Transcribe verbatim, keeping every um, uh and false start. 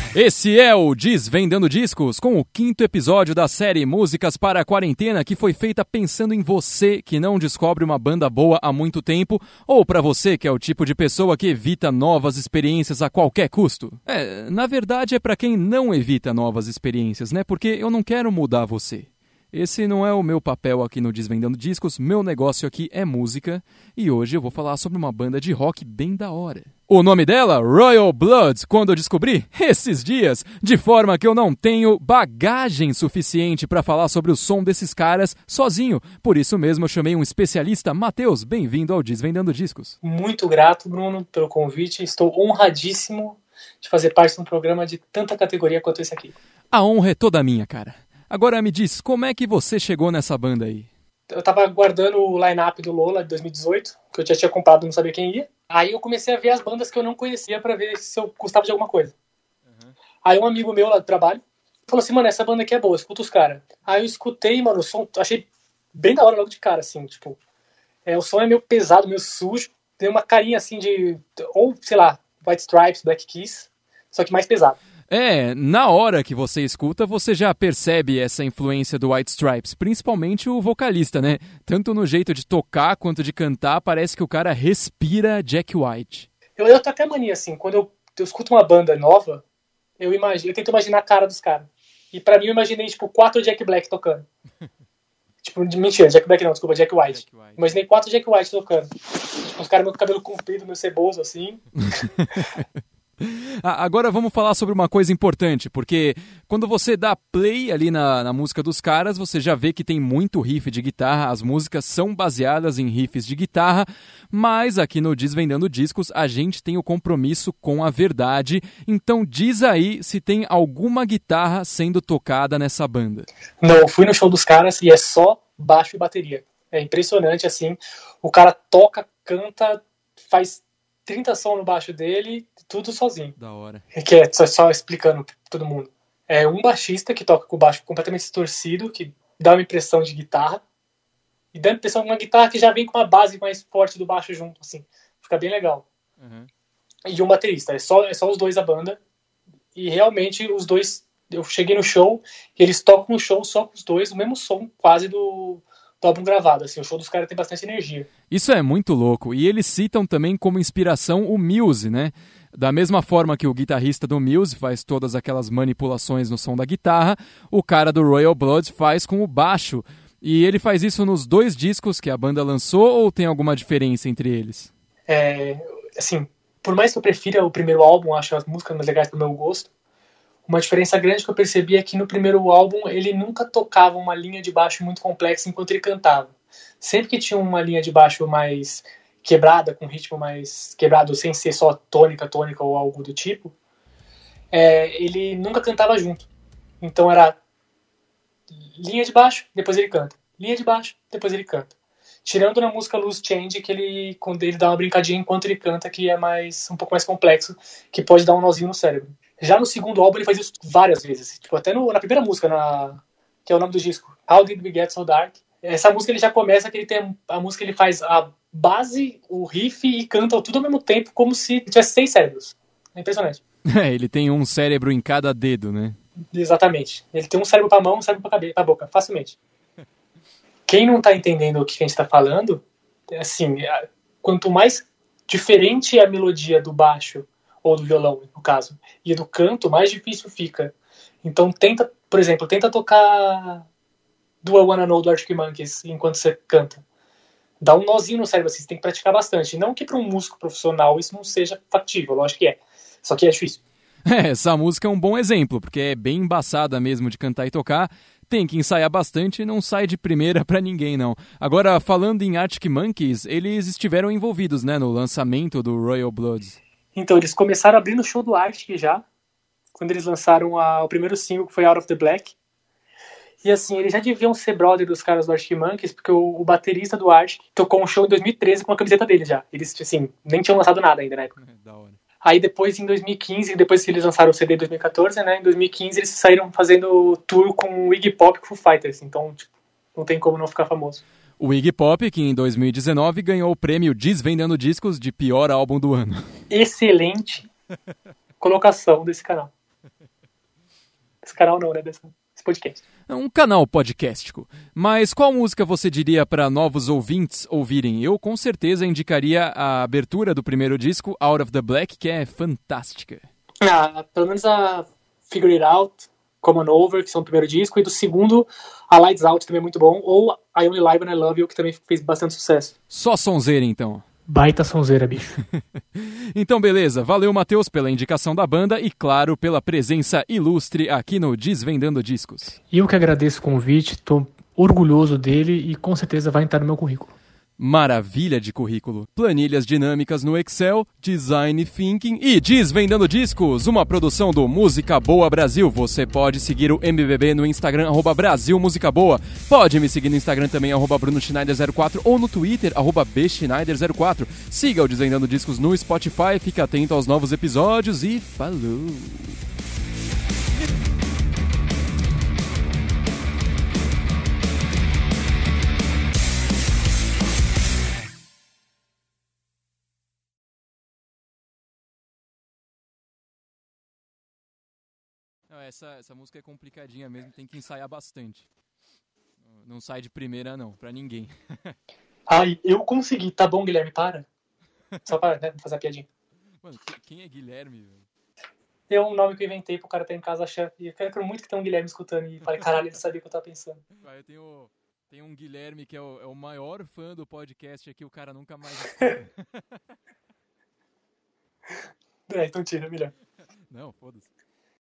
Esse é o Desvendando Discos, com o quinto episódio da série Músicas para a Quarentena, que foi feita pensando em você que não descobre uma banda boa há muito tempo, ou para você que é o tipo de pessoa que evita novas experiências a qualquer custo. É, na verdade é para quem não evita novas experiências, né? Porque eu não quero mudar você. Esse não é o meu papel aqui no Desvendando Discos, meu negócio aqui é música, e hoje eu vou falar sobre uma banda de rock bem da hora. O nome dela, Royal Blood, quando eu descobri, esses dias, de forma que eu não tenho bagagem suficiente para falar sobre o som desses caras sozinho. Por isso mesmo eu chamei um especialista. Matheus, bem-vindo ao Desvendando Discos. Muito grato, Bruno, pelo convite. Estou honradíssimo de fazer parte de um programa de tanta categoria quanto esse aqui. A honra é toda minha, cara. Agora me diz, como é que você chegou nessa banda aí? Eu tava guardando o line-up do Lola de dois mil e dezoito, que eu já tinha comprado e não sabia quem ia. Aí eu comecei a ver as bandas que eu não conhecia pra ver se eu gostava de alguma coisa. Uhum. Aí um amigo meu lá do trabalho falou assim, mano, essa banda aqui é boa, escuta os caras. Aí eu escutei, mano, o som, achei bem da hora logo de cara, assim, tipo... É, o som é meio pesado, meio sujo, tem uma carinha assim de... Ou, sei lá, White Stripes, Black Keys, só que mais pesado. É, na hora que você escuta, você já percebe essa influência do White Stripes, principalmente o vocalista, né? Tanto no jeito de tocar quanto de cantar, parece que o cara respira Jack White. Eu, eu tenho até mania, assim, quando eu, eu escuto uma banda nova, eu, imagino, eu tento imaginar a cara dos caras. E pra mim eu imaginei, tipo, quatro Jack Black tocando. Tipo, mentira, Jack Black não, desculpa, Jack White. Jack White. Imaginei quatro Jack White tocando. Tipo, os caras meio com cabelo comprido, meio ceboso, assim. Agora vamos falar sobre uma coisa importante, porque quando você dá play ali na, na música dos caras, você já vê que tem muito riff de guitarra, as músicas são baseadas em riffs de guitarra, mas aqui no Desvendando Discos a gente tem o compromisso com a verdade, então diz aí se tem alguma guitarra sendo tocada nessa banda. Não, eu fui no show dos caras e é só baixo e bateria. É impressionante, assim, o cara toca, canta, faz trinta sons no baixo dele, tudo sozinho. Da hora. Que é só, só explicando pra todo mundo. É um baixista que toca com o baixo completamente distorcido, que dá uma impressão de guitarra, e dá a impressão de uma guitarra que já vem com uma base mais forte do baixo junto, assim. Fica bem legal. Uhum. E um baterista. É só, é só os dois a banda. E realmente os dois... Eu cheguei no show e eles tocam no show só com os dois, o mesmo som quase do... do álbum gravado, assim, o show dos caras tem bastante energia. Isso é muito louco, e eles citam também como inspiração o Muse, né? Da mesma forma que o guitarrista do Muse faz todas aquelas manipulações no som da guitarra, o cara do Royal Blood faz com o baixo. E ele faz isso nos dois discos que a banda lançou, ou tem alguma diferença entre eles? É, assim, por mais que eu prefira o primeiro álbum, acho as músicas mais legais pro meu gosto, uma diferença grande que eu percebi é que no primeiro álbum ele nunca tocava uma linha de baixo muito complexa enquanto ele cantava. Sempre que tinha uma linha de baixo mais quebrada, com ritmo mais quebrado, sem ser só tônica, tônica ou algo do tipo, é, ele nunca cantava junto. Então era linha de baixo, depois ele canta. Linha de baixo, depois ele canta. Tirando na música Loose Change, que ele, quando ele dá uma brincadinha enquanto ele canta, que é mais, um pouco mais complexo, que pode dar um nozinho no cérebro. Já no segundo álbum ele faz isso várias vezes. Tipo, até no, na primeira música, na, que é o nome do disco, How Did We Get So Dark? Essa música ele já começa que ele tem a música ele faz a base, o riff e canta tudo ao mesmo tempo, como se tivesse seis cérebros. É impressionante. É, ele tem um cérebro em cada dedo, né? Exatamente. Ele tem um cérebro pra mão, um cérebro pra, cabeça, pra boca, facilmente. Quem não tá entendendo o que a gente tá falando, assim, quanto mais diferente é a melodia do baixo ou do violão, no caso, e do canto, mais difícil fica. Então tenta, por exemplo, tenta tocar Do I Wanna Know do Arctic Monkeys enquanto você canta. Dá um nozinho no cérebro, assim, você tem que praticar bastante. Não que para um músico profissional isso não seja factível, lógico que é. Só que é difícil. É, essa música é um bom exemplo, porque é bem embaçada mesmo de cantar e tocar. Tem que ensaiar bastante e não sai de primeira pra ninguém, não. Agora, falando em Arctic Monkeys, eles estiveram envolvidos, né, no lançamento do Royal Blood. Então, eles começaram abrindo o show do Arctic já, quando eles lançaram a, o primeiro single, que foi Out of the Black. E assim, eles já deviam ser brother dos caras do Arctic Monkeys, porque o, o baterista do Arctic tocou um show em dois mil e treze com a camiseta deles já. Eles, assim, nem tinham lançado nada ainda na época. É, da hora. Aí depois, em dois mil e quinze, depois que eles lançaram o C D em dois mil e catorze, né, em dois mil e quinze eles saíram fazendo tour com o Iggy Pop e Foo Fighters. Então, tipo, não tem como não ficar famoso. O Iggy Pop, que em dois mil e dezenove ganhou o prêmio Desvendando Discos de pior álbum do ano. Excelente colocação desse canal. Esse canal não, né? Desse, desse podcast. É um canal podcastico. Mas qual música você diria para novos ouvintes ouvirem? Eu com certeza indicaria a abertura do primeiro disco, Out of the Black, que é fantástica. Ah, pelo menos a Figure It Out, Come On Over, que são o primeiro disco, e do segundo, a Lights Out, também é muito bom, ou I Only Lie When I Love You, que também fez bastante sucesso. Só sonzeira, então. Baita sonzeira, bicho. Então, beleza. Valeu, Matheus, pela indicação da banda e, claro, pela presença ilustre aqui no Desvendando Discos. E eu que agradeço o convite, tô orgulhoso dele e com certeza vai entrar no meu currículo. Maravilha de currículo. Planilhas dinâmicas no Excel, Design Thinking e Desvendando Discos, uma produção do Música Boa Brasil. Você pode seguir o M B B no Instagram, arroba Brasil Música Boa. Pode me seguir no Instagram também, arroba Bruno Schneider zero quatro, ou no Twitter, arroba B Schneider zero quatro. Siga o Desvendando Discos no Spotify, fique atento aos novos episódios e falou! Essa, essa música é complicadinha mesmo, tem que ensaiar bastante. Não sai de primeira não, pra ninguém. Ai, eu consegui. Tá bom, Guilherme, para. Só para, né, fazer a piadinha. Mano, quem é Guilherme? É um nome que eu inventei pro cara estar em casa achando. E eu quero muito que tenha um Guilherme escutando e falei, caralho, ele sabia o que eu tava pensando. Eu tenho, tenho um Guilherme que é o, é o maior fã do podcast aqui, o cara nunca mais escuta. É, então tira, melhor. Não, foda-se.